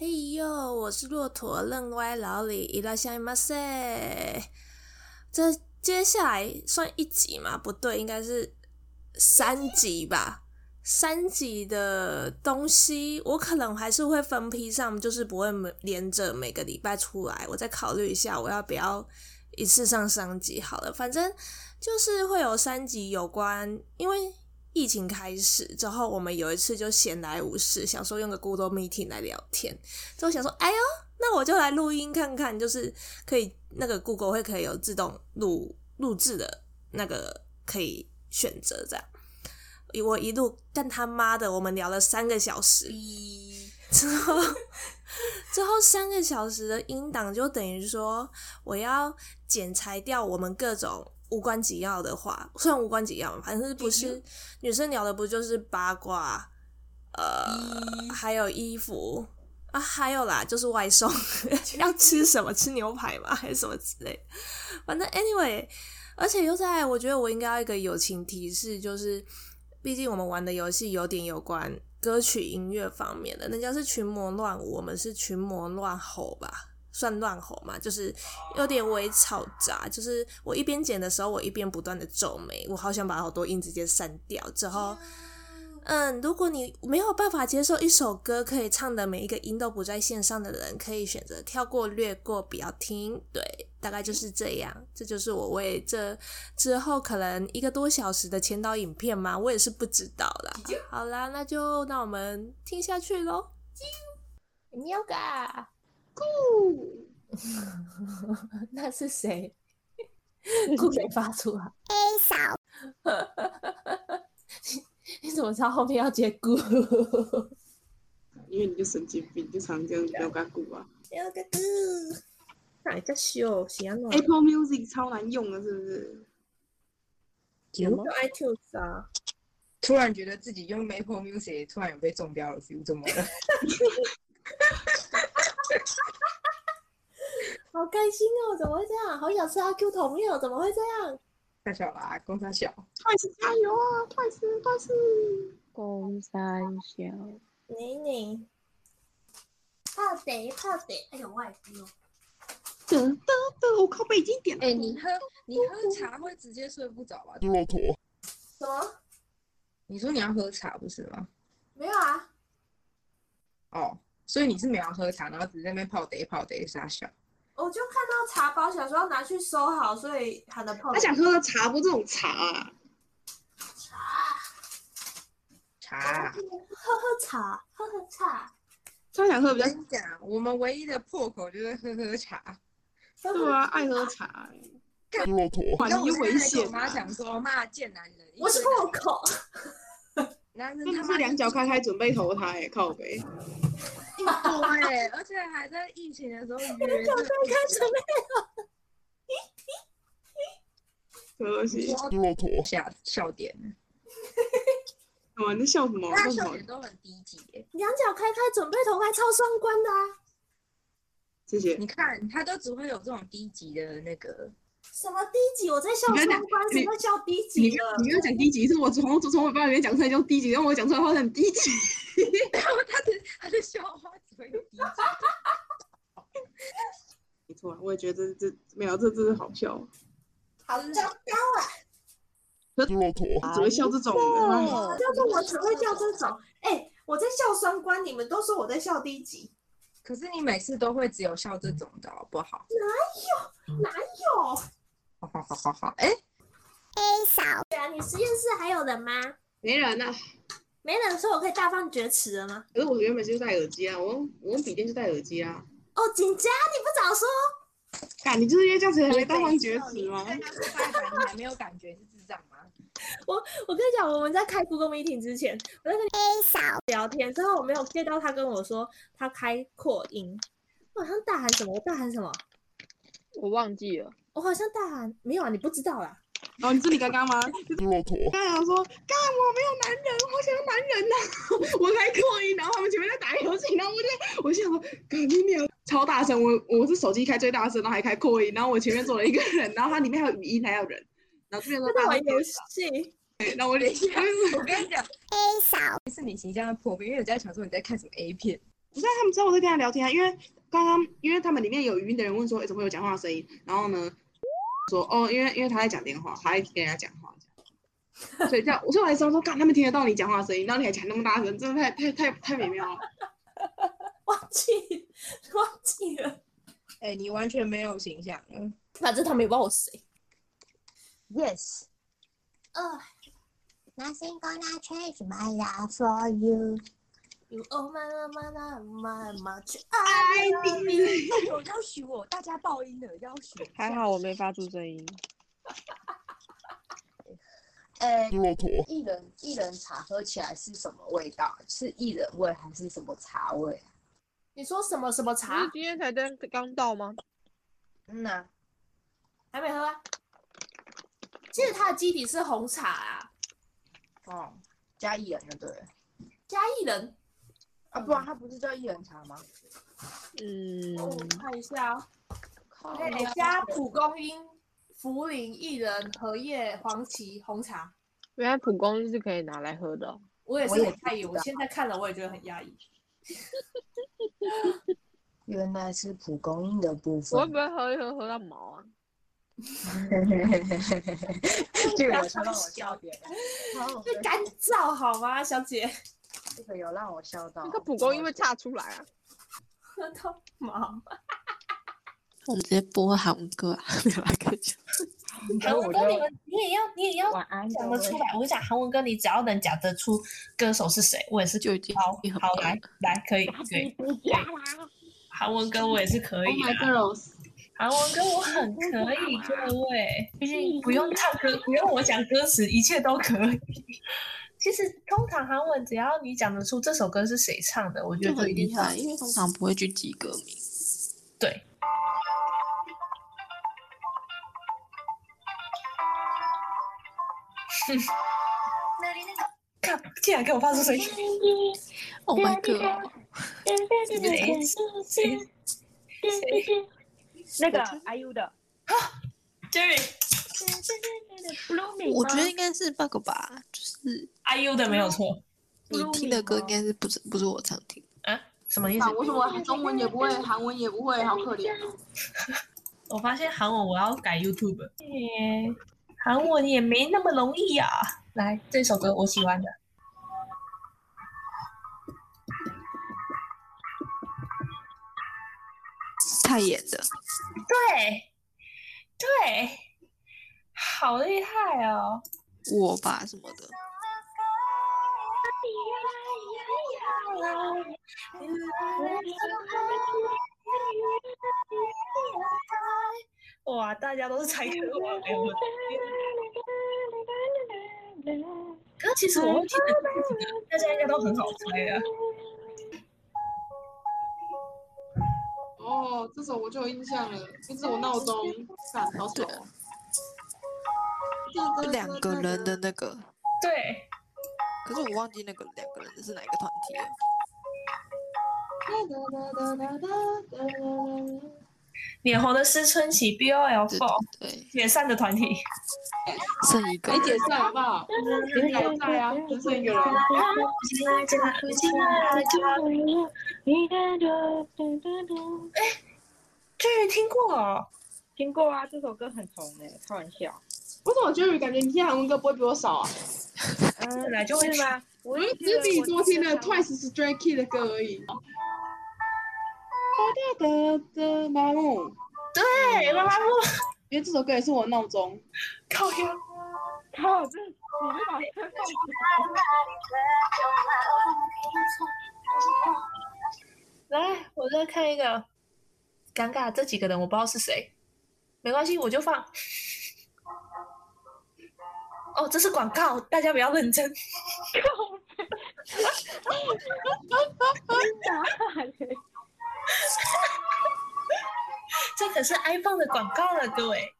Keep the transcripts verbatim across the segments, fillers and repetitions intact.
嘿哟，我是骆驼愣歪老李，いらっしゃいませ。这接下来算一集吗？不对，应该是三集吧。三集的东西，我可能还是会分批上，就是不会连着每个礼拜出来。我再考虑一下，我要不要一次上三集好了。反正就是会有三集有关，因为疫情开始之后，我们有一次就闲来无事，想说用个 Google Meeting 来聊天，之后想说，哎呦，那我就来录音看看，就是可以那个 Google 会可以有自动录录制的那个可以选择这样。我一录，但他妈的，我们聊了三个小时，之后之后三个小时的音档就等于说我要剪裁掉我们各种无关紧要的话，虽然无关紧要，反正不是女生聊的不就是八卦，呃，还有衣服啊，还有啦，就是外送要吃什么，吃牛排吗，还是什么之类的。反正 anyway， 而且又在，我觉得我应该要一个友情提示，就是毕竟我们玩的游戏有点有关歌曲音乐方面的，人家是群魔乱舞，我们是群魔乱吼吧。算乱吼嘛，就是有点微吵杂，就是我一边剪的时候，我一边不断的皱眉，我好想把好多音直接删掉。之后，嗯，如果你没有办法接受一首歌可以唱的每一个音都不在线上的人，可以选择跳过、略过，不要听。对，大概就是这样。这就是我为这之后可能一个多小时的前导影片嘛，我也是不知道啦。好啦，那就让我们听下去咯。喵嘎。咕那是谁？咕谁发出来 ？A 嫂， 你怎么知道后面要接咕？ 因为你就神经病，就常这样喵嘎咕啊。 喵嘎咕，哪叫秀？是安怎 ？Apple Music 超难用的，是不是？ 有没有 iTunes 啊？ 突然觉得自己用 Apple Music 突然有被中标了 feel， 怎么了？ 好开心哦！怎么会这样？好想吃阿 Q 桶面哦！怎么会这样？ 太小了啊，公三小。 快吃加油啊！快吃快吃！ 公三小。 妮妮，泡得泡得，哎呦外公哦！ 得得得，我靠，北京点了。 哎、欸，你喝你喝茶会直接睡不着吧？ 骆驼。 什么？ 你说你要喝茶不是吗？ 没有啊。 哦，所以你是没有要喝茶，然后只是在那边泡得泡得傻笑。 我就看到茶包，想说要拿去收好，所以喊的泡。 他想喝的茶不是这种茶啊。 茶。 茶。 喝喝茶，喝喝茶。 他想喝比较。 跟你讲，我们唯一的破口就是喝喝茶。 对啊，爱喝茶。 骆驼。 万一危险。 我妈讲说，骂贱男人。 我是破口。 男人真的是两脚开开准备投胎、欸，靠北。 对，而且还在疫情的时候约。 两脚开开准备投。 可惜。 骆驼。 笑笑点。 哇，你在笑什么？ 那笑点都很低级耶。 两脚开开准备投胎，超双关的啊！ 谢谢。 你看，他都只会有这种低级的那个。 什么低级？我在笑双关，谁在笑低级了？ 你没有讲低级，是我从从尾巴里面讲出来叫低级，让我讲出来话很低级。 然后他的他的笑话只会有低级。 没错，我也觉得这这没有这真是好笑。 好糟糕啊！ 骆驼只会笑这种的， 叫做我只会笑这种。哎、欸，我在笑双关，你们都说我在笑低级。 可是你每次都会只有笑这种的，好不好？ 哪有哪有？ 好好好好好，哎 ，A 嫂， 对啊，你实验室还有人吗？ 没人啊， 没人，所以我可以大放厥词了吗？ 可是我原本就戴耳机啊，我用我用笔电就戴耳机啊。 哦，紧张，你不早说。 干，你就是因为这样子才没大放厥词吗？ 你还没有感觉是智障吗？ 我我跟你讲，我们在开 Google Meeting 之前，我在跟 A 嫂聊天，之后我没有接到他跟我说他开扩音，我好像大喊什么？我大喊什么？ 我忘记了。 我好像大喊没有啊，你不知道啦。 哦，你是你刚刚吗？ 骆驼。 刚刚说，干我没有男人，我好想要男人呐、啊！我开扩音，然后他们前面在打游戏，然后我就我心想说，干你娘！超大声，我我是手机开最大声，然后还开扩音，然后我前面坐了一个人，然后他里面还有语音，还有人，然后这边说在玩游戏。 对，然后我连我跟你讲 ，A 嫂是你形象的破灭，因为我在想说你在看什么 A 片。 不是、啊、他们知道我在跟他聊天啊，因为刚刚因为他们里面有语音的人问说，哎、怎么会有讲话的声音？然后呢，说哦，因为因为他在讲电话，他在跟人家讲话，所以这样，所以我才知道说，干他们听得到你讲话的声音，然后你还讲那么大声，真的太太太太美妙了。 忘记忘记了， 哎、欸，你完全没有形象。嗯， 反正他们也不知道我谁。 Yes。 啊 Nothing gonna change my love for you. You owe my love, my love, my much 爱 I 你。 有要许我，大家爆音了，要许。 还好我没发出声音。 呃， 猪肉坨， 薏仁薏仁茶喝起来是什么味道？是薏仁味还是什么茶味啊？ 你说什么什么不茶是？今天才刚刚到吗？ 嗯呐、啊， 还没喝啊？其实它的基底是红茶啊， 哦，加薏仁就对了。 加薏仁。 啊，不然它不是叫薏仁茶吗？ 嗯， 我看一下哦， 靠可以加蒲公英、茯苓、薏仁、荷叶、黄芪、红茶。 原来蒲公英是可以拿来喝的、哦。 我也是我也很压抑， 不知道我现在看了我也觉得很压抑。 原来是蒲公英的部分。 我会不会喝一喝喝到毛啊？ 这个有让我笑点， 会干燥好吗，小姐？ 这个有让我笑到。 那个蒲公英会岔出来啊。 喝到毛。 我们直接播韩文歌啊，没有来跟讲。 韩文歌，你们你也要你也要晚安， 讲得出来。我跟你讲，韩文歌你只要能讲得出歌手是谁，我也是就已经好已经很好来棒了来可以可以。韩文歌我也是可 Oh 以 my 的， girls， 韩文歌我很可以，各位，毕竟不用唱歌，不用我讲歌词，一切都可以。其实通常韩文只要你讲得出这首歌是谁唱的，我觉就得就一定是很厉害，因为通常不会去记歌名。 对。看，竟然给我发出声音！ Oh my god！ 谁谁那个 I U 的 Jerry Blooming， 我觉得应该是那个吧，就是 I U 的没有错你听的歌应该是不是不是我常听。 啊？什么意思啊，？为什么中文也不会，韩文也不会，好可怜哦。 我发现韩文我要改 YouTube，耶，韩文也没那么容易呀、啊。来，这首歌我喜欢的。 泰妍的， 对，对，好厉害哦！ 我吧什么的， 哇，大家都是猜歌王哎！我的天，可是其实我会听的这几个，大家应该都很好猜啊。 哦，这首我就有印象了，这是我闹钟，干好爽哦。 就两个人的那个， 对， 可是我忘记那个两个人的是哪一个团体了。 脸红的思春期 B O L 对 Four 对对， 解散的团体。 剩一个没解散好不好？人还在啊，只剩一个人。 这听过哦， 听过啊，这首歌很红诶，开玩笑。 为什么 Jerry 感觉你听韩文歌不会比我少啊？ 嗯，本来就会是吗？我我就只比你多听了 Twice Stray Kids 的歌而已。哒哒哒妈木， 对，妈妈木因为这首歌也是我闹钟。 靠腰。 靠，这你是把车放来，我再看一个，尴尬，这几个人我不知道是谁，没关系，我就放。哦，这是广告，大家不要认真。这可是 iPhone 的广告了，各位。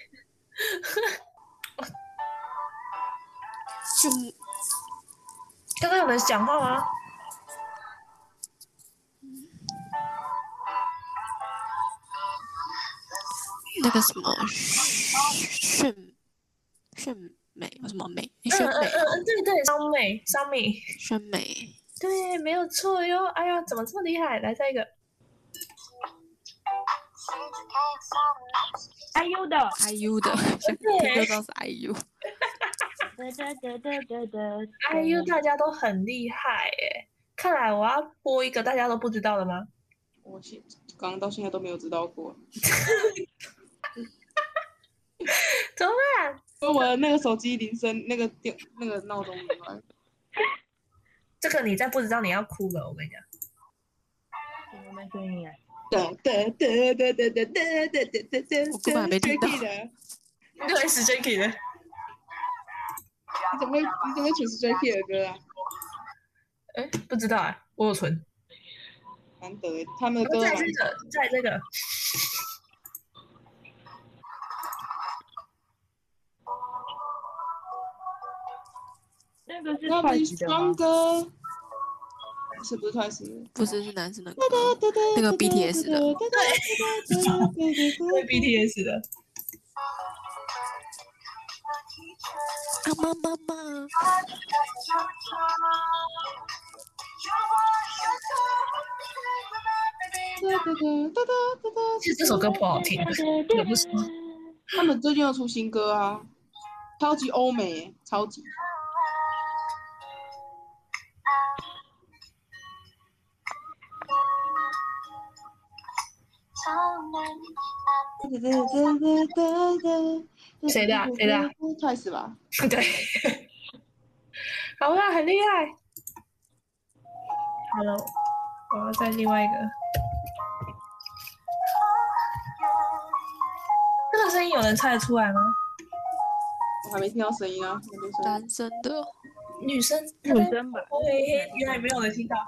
就刚刚有人讲话吗？ 那个什么炫炫美有什么美？炫美嗯嗯嗯，对对，烧美烧美， 炫美， 对，没有错哟。哎呀，怎么这么厉害？来，再一个。 I U 的 I U 的，想听就知道是 I U。 I U 大家都很厉害耶，看来我要播一个大家都不知道的吗？ 我现刚刚到现在都没有知道过。 怎么办？ 我的那个手机铃声，那个电那个闹钟铃来。 这个你再不知道你要哭了，我跟你讲。 我没声音啊。 哒哒哒哒哒哒哒哒哒哒。 我根本还没听到。 对，是 Jacky 的。 你怎么会你怎么会取是 Jacky 的歌啊？ 哎，不知道啊，我有存。 难得他们的歌。 在这个，在这个。 那个是Twice的吗？ 歌是不是 Twice？ 不是，是男生的歌，那个 B T S 的。 对，对 B T S 的。 啊妈妈妈！ 其实这首歌不好听，这个不是。 他们最近要出新歌啊，超级欧美，超级。 谁的、啊？谁的、啊、 ？Twice 吧。 对。好啦，很厉害。Hello， 我要再另外一个。这个声音有人猜得出来吗？ 我还没听到声音啊。 男生的。 女生。 女生吧。 对，原来没有人听到。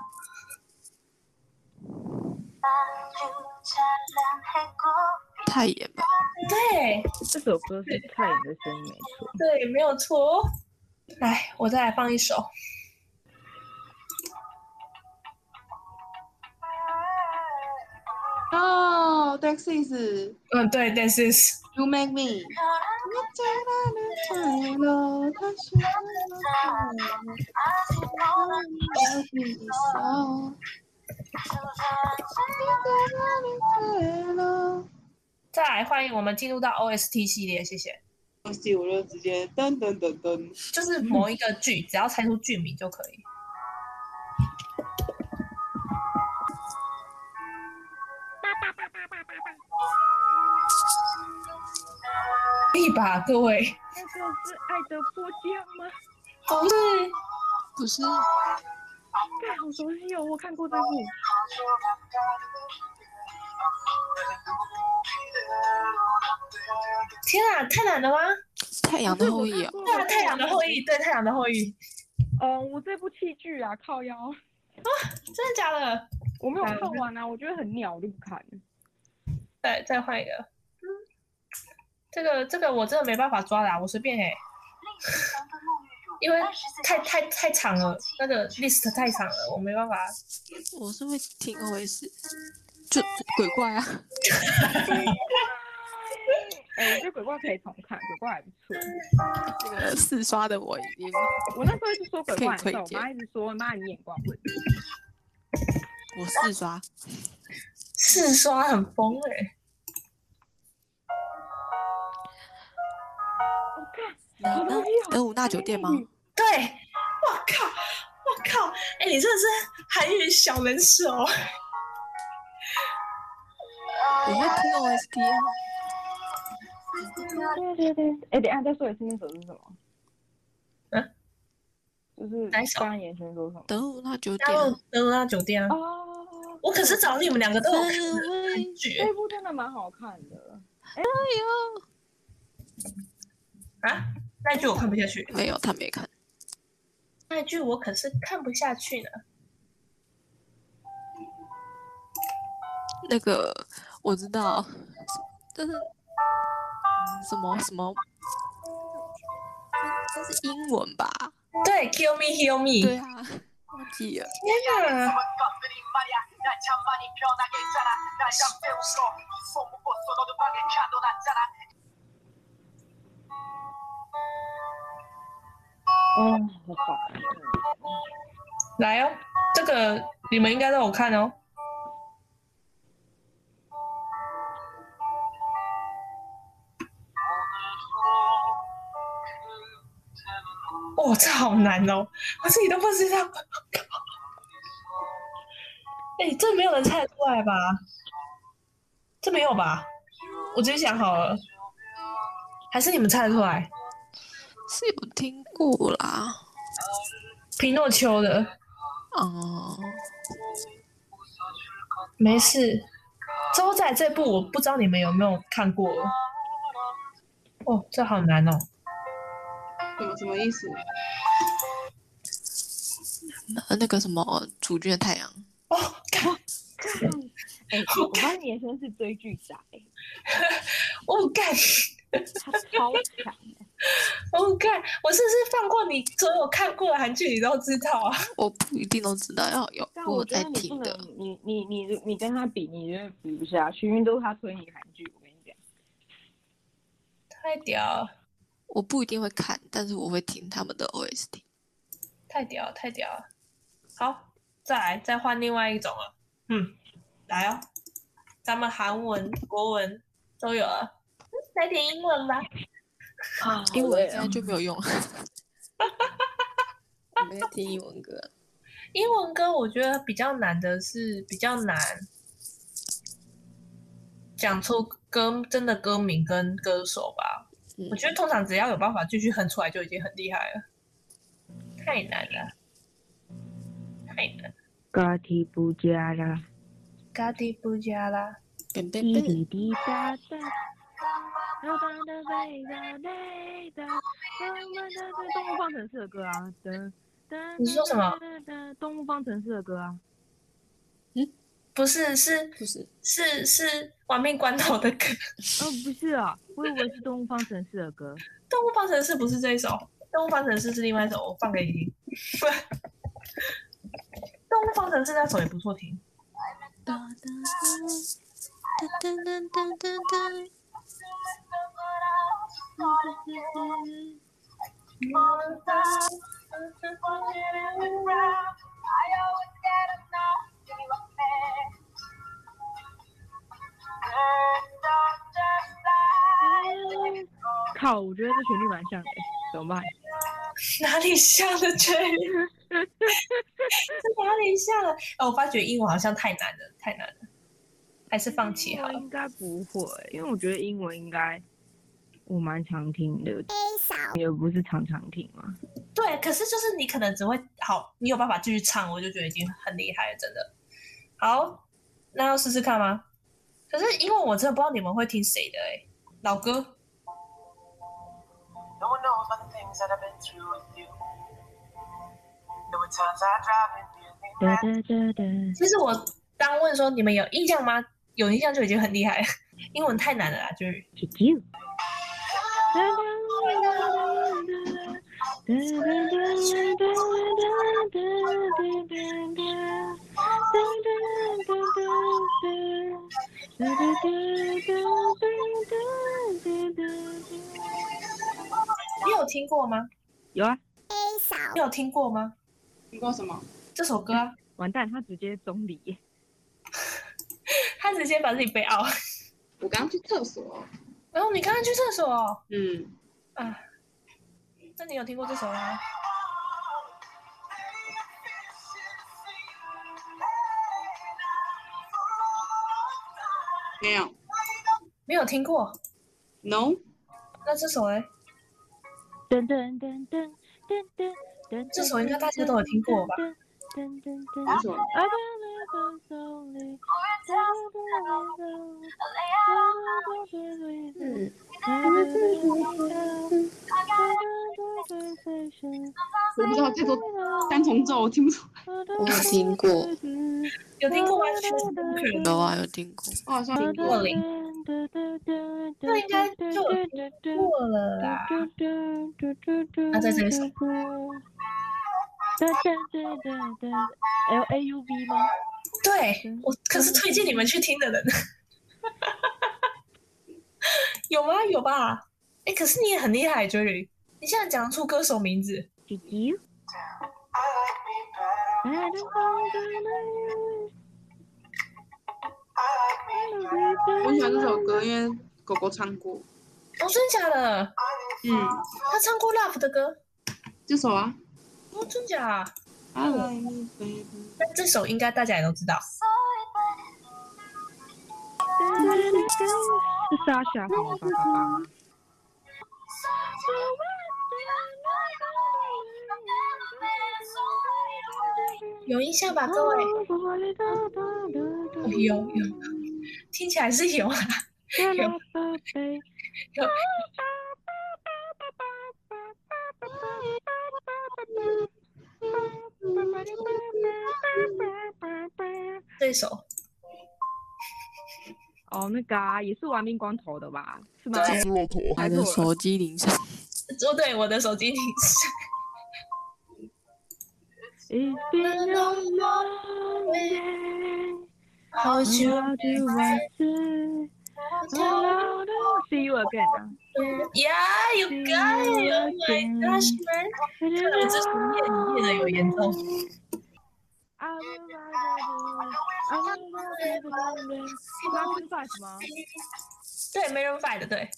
泰妍吧。 对， 这首歌是泰妍的声音，没错。 对，没有错。来，我再来放一首。 哦 ，This is。 嗯，对 ，This is。 You make me。 再来，欢迎我们进入到 O S T 系列，谢谢。 O S T 我就直接噔噔噔噔， 就是某一个剧，只要猜出剧名就可以。可以吧，各位？ 那个是《爱的迫降》吗？ 不是， 不是。 哎，好熟悉哦，我看过这部。 天啊，太难了吗？ 太阳的后裔啊！ 对啊，太阳的后裔，对，太阳的后裔。 哦，我这部弃剧啊，靠腰。 啊，真的假的？ 我没有看完啊，我觉得很鸟，我就不看了。 再再换一个。嗯，这个这个我真的没办法抓啦，我随便哎、欸。因为太太太长了，那个 list 太长了，我没办法。 我是会听 O S， 就鬼怪啊。 哎、欸，我觉得鬼怪可以重看，鬼怪还不错。 那个四刷的我已经， 我那时候一直说鬼怪的时候，我可以推荐妈一直说妈你眼光问题。 我四刷， 四刷很疯哎、欸。 我看。 那那德鲁纳酒店吗？ 对，我靠，我靠，哎、欸，你真的是韩语小能手。 我会听 O S T 啊。 对对对，哎、欸，等一下再说一次那首是什么？ 嗯， 就是哪一首？ 刚刚妍轩说什么？ 德鲁纳酒店。 德鲁纳酒店啊。 哦。 我可是找你们两个都有看韩剧。 这部真的蛮好看的。 哎呦。 啊？那句我看不下去。 没有，他没看。 那句我可是看不下去呢。 那个我知道，但是什么什么，这是英文吧？ 对 ，Kill me, heal me。 对啊，忘记了。 天哪！ 哦，好好。 来哦， 个你们应该都有看哦。哇、哦，这好难哦，我自己都不知道。哎、欸，这没有人猜得出来吧？这没有吧？我直接想好了，还是你们猜得出来？ 是有听过啦， 皮诺丘的。 哦、嗯， 没事。周仔这部我不知道你们有没有看过？哦，这好难哦。 什么什么意思？ 呃，那个什么主君的太阳。 哦，看， 哎、欸，我发现延伸是追剧仔， 我干， 他超强的。 我干，我是不是放过你所有看过的韩剧，你都知道啊？ 我不一定都知道，要有但我觉在得你不听的。 能，你你你你跟他比，你就比不下去，因为都是他推你韩剧。我跟你讲， 太屌了！ 我不一定会看，但是我会听他们的 O S T。 太屌了，太屌了！好，再来，再换另外一种了。嗯，来哦，咱们韩文、国文都有了，来点英文吧。 啊，英文现在就没有用。我没在听英文歌。 英文歌我觉得比较难的是比较难讲出歌真的歌名跟歌手吧。嗯、我觉得通常只要有办法继续哼出来就已经很厉害了。太难了，太难。 嘎提布加拉， 嘎提布加拉， 滴滴滴答答。动物方程式的歌啊， 你说什么？ 动物方程式的歌啊？ 嗯，不是，是不是是是亡命关头的歌。 哦，不是啊，我以为是动物方程式的歌。 动物方程式不是这一首，动物方程式是另外一首，我放给你听。动物方程式那首也不错听。哒哒哒哒哒哒哒哒。 靠，我觉得这旋律蛮像的，怎么办？ 哪里像了这这哪里像了？哦，我发觉英文好像太难了，太难了，还是放弃好了。 应该不会，因为我觉得英文应该我蛮常听的，也不是常常听嘛。 对，可是就是你可能只会好，你有办法继续唱，我就觉得已经很厉害了，真的。好，那要试试看吗？可是因为我真的不知道你们会听谁的哎、欸，老歌。其实我刚问说你们有印象吗？有印象就已经很厉害了，英文太难了啦，就是。你有听过吗？ 有啊。 你有听过吗？ 听过什么？ 这首歌啊。 完蛋，他直接中离。 他直接把自己背out。 我刚去厕所。 然后你刚刚去厕所？ 嗯。 啊，那你有听过这首吗？ 没有。 没有听过 ？No。 那这首嘞？ 噔噔噔噔噔噔噔。 这首应该大家都有听过吧？ 哪首？ 嗯。 我不知道这首三重奏，我听不出来。 我有听过。 有听过吗？ 有啊，有听过。 我好像听过零。这应该就有听过了啦。那在这一首。 L A U V 吗？ 对，我可是推荐你们去听的人。有吗？有吧？哎，可是你也很厉害 ，Jerry， 你现在讲出歌手名字。 姐姐。 我很喜欢这首歌，因为狗狗唱过。 哦，真假的？ 嗯， 他唱过 Love 的歌。 这首啊。 哦，真假？ I like me, baby。 那这首应该大家也都知道。 是莎莎红的爸爸吗？ 有印象吧，各位？哦、有有，听起来是有啊，有有。这首。 哦，那个啊，也是玩命关头的吧？是吗？ 是骆驼。 我的手机铃声。 哦，对，我的手机铃声。 It's been a long day. 好久 How do I say? See you again. Yeah, you got it. Oh my gosh, man. 看来这首念你念的有严重。 Maroon five 吗？ 对 ，Maroon five 的对。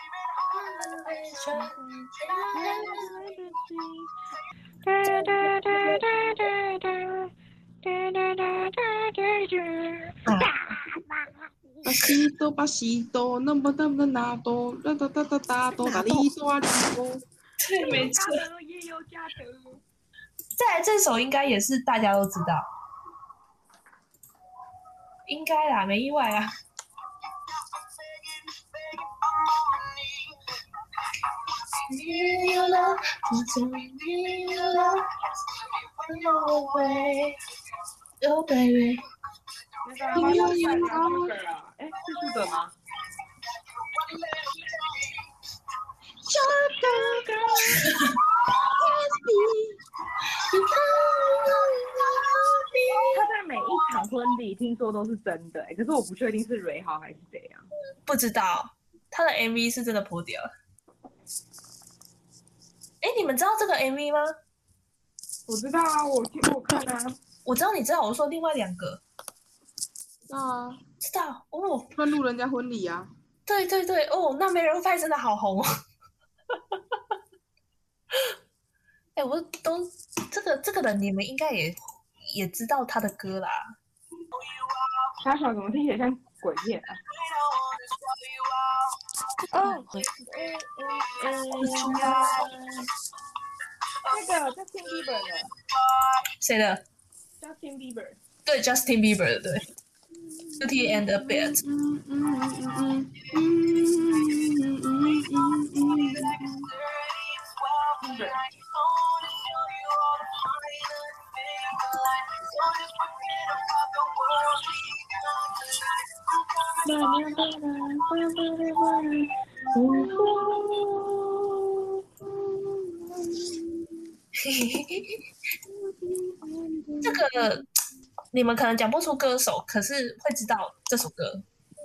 巴西多巴西多，那么那么那多，哒哒哒哒哒多哒哩多啊哩多。 对，没错。 也有加德。 再来这首应该也是大家都知道，应该啦，没意外啦。Oh baby， 那个有有有，哎，是苏格吗？他在每一场婚礼听说都是真的、欸，可是我不确定是蕊好还是怎样。 不知道他的 M V 是真的破掉了。哎，你们知道这个 M V 吗？ 我知道啊，我听过看啊。 我知道，你知道，我说另外两个。 啊， 知道哦。 乱入人家婚礼啊。 对对对，哦，那 Maroon five 真的好红哦。哎、欸，我都这个这个人，你们应该也也知道他的歌啦。 他小怎么听起来像鬼片啊？哦，嗯嗯嗯，那个 Justin Bieber 的。 谁的 ？Justin Bieber。 对 ，Justin Bieber 的，对。Beauty and a Beast。 嗯嗯嗯嗯嗯嗯嗯嗯嗯。 这个你们可能讲不出歌手，可是会知道这首歌。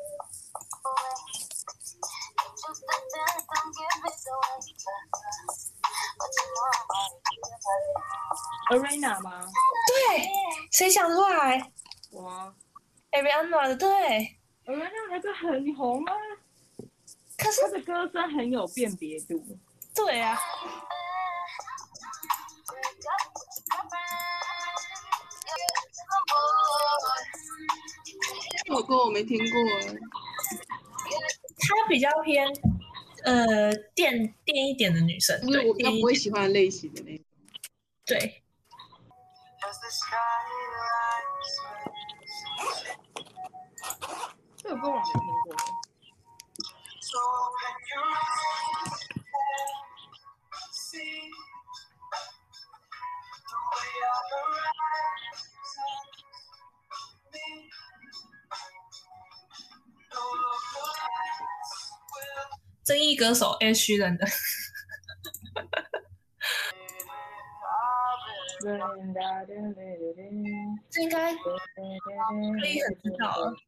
Arena 吗？ 对，谁想出来？ 我。 Ariana 的，对。 Ariana 的歌很红啊， 可是她的歌声很有辨别度。 对啊。 这首歌我没听过哎。 她比较偏呃电电一点的女生， 就是我比较不会喜欢的类型的那种。 对。 这首歌我没听过。 争议歌手 Ed Sheeran 的。这应该可以很知道了。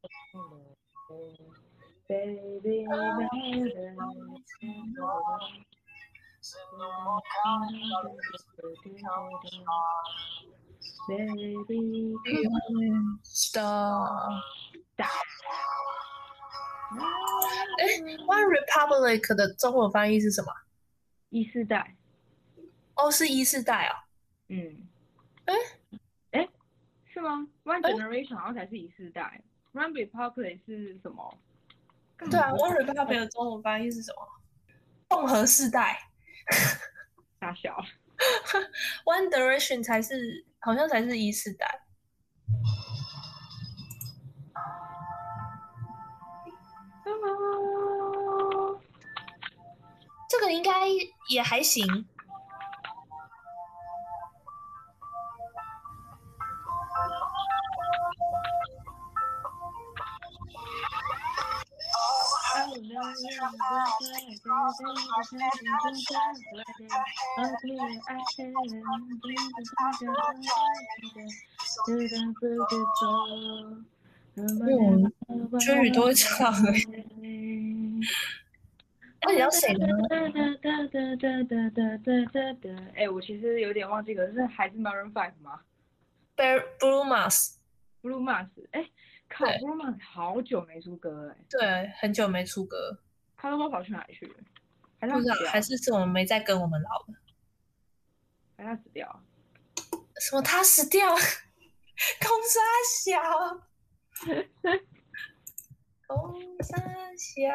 Baby Star。哎，One Republic 的中文翻译是什么？ 一世代。 哦，是一世代哦。 嗯。 哎哎，是吗 ？One Generation 好像才是一世代。One Republic 是什么？ 对啊 ，One Republic 的中文翻译是什么？共和世代。 大小。 One Direction 才是，好像才是一世代。这个应该也还行。嗯，追宇都会唱哎、欸。那你要谁呢？ 哎，我其实有点忘记，可是还是 Maroon Five 吗 ？Bruno Mars。Bruno Mars， 哎，靠 ，Bruno Mars 好久没出歌了。 对，很久没出歌。 他都不知道跑去哪里去了？还是不知道，还是是我们没在跟我们老了？ 还是他死掉？ 什么？他死掉？空沙小。空沙小。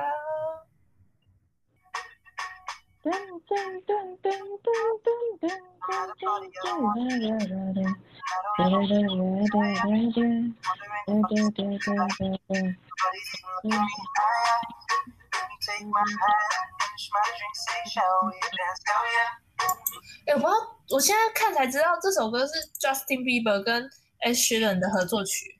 噔噔噔噔噔噔哎，我不知道，我现在看才知道这首歌是 Justin Bieber 跟 Ed Sheeran 的合作曲。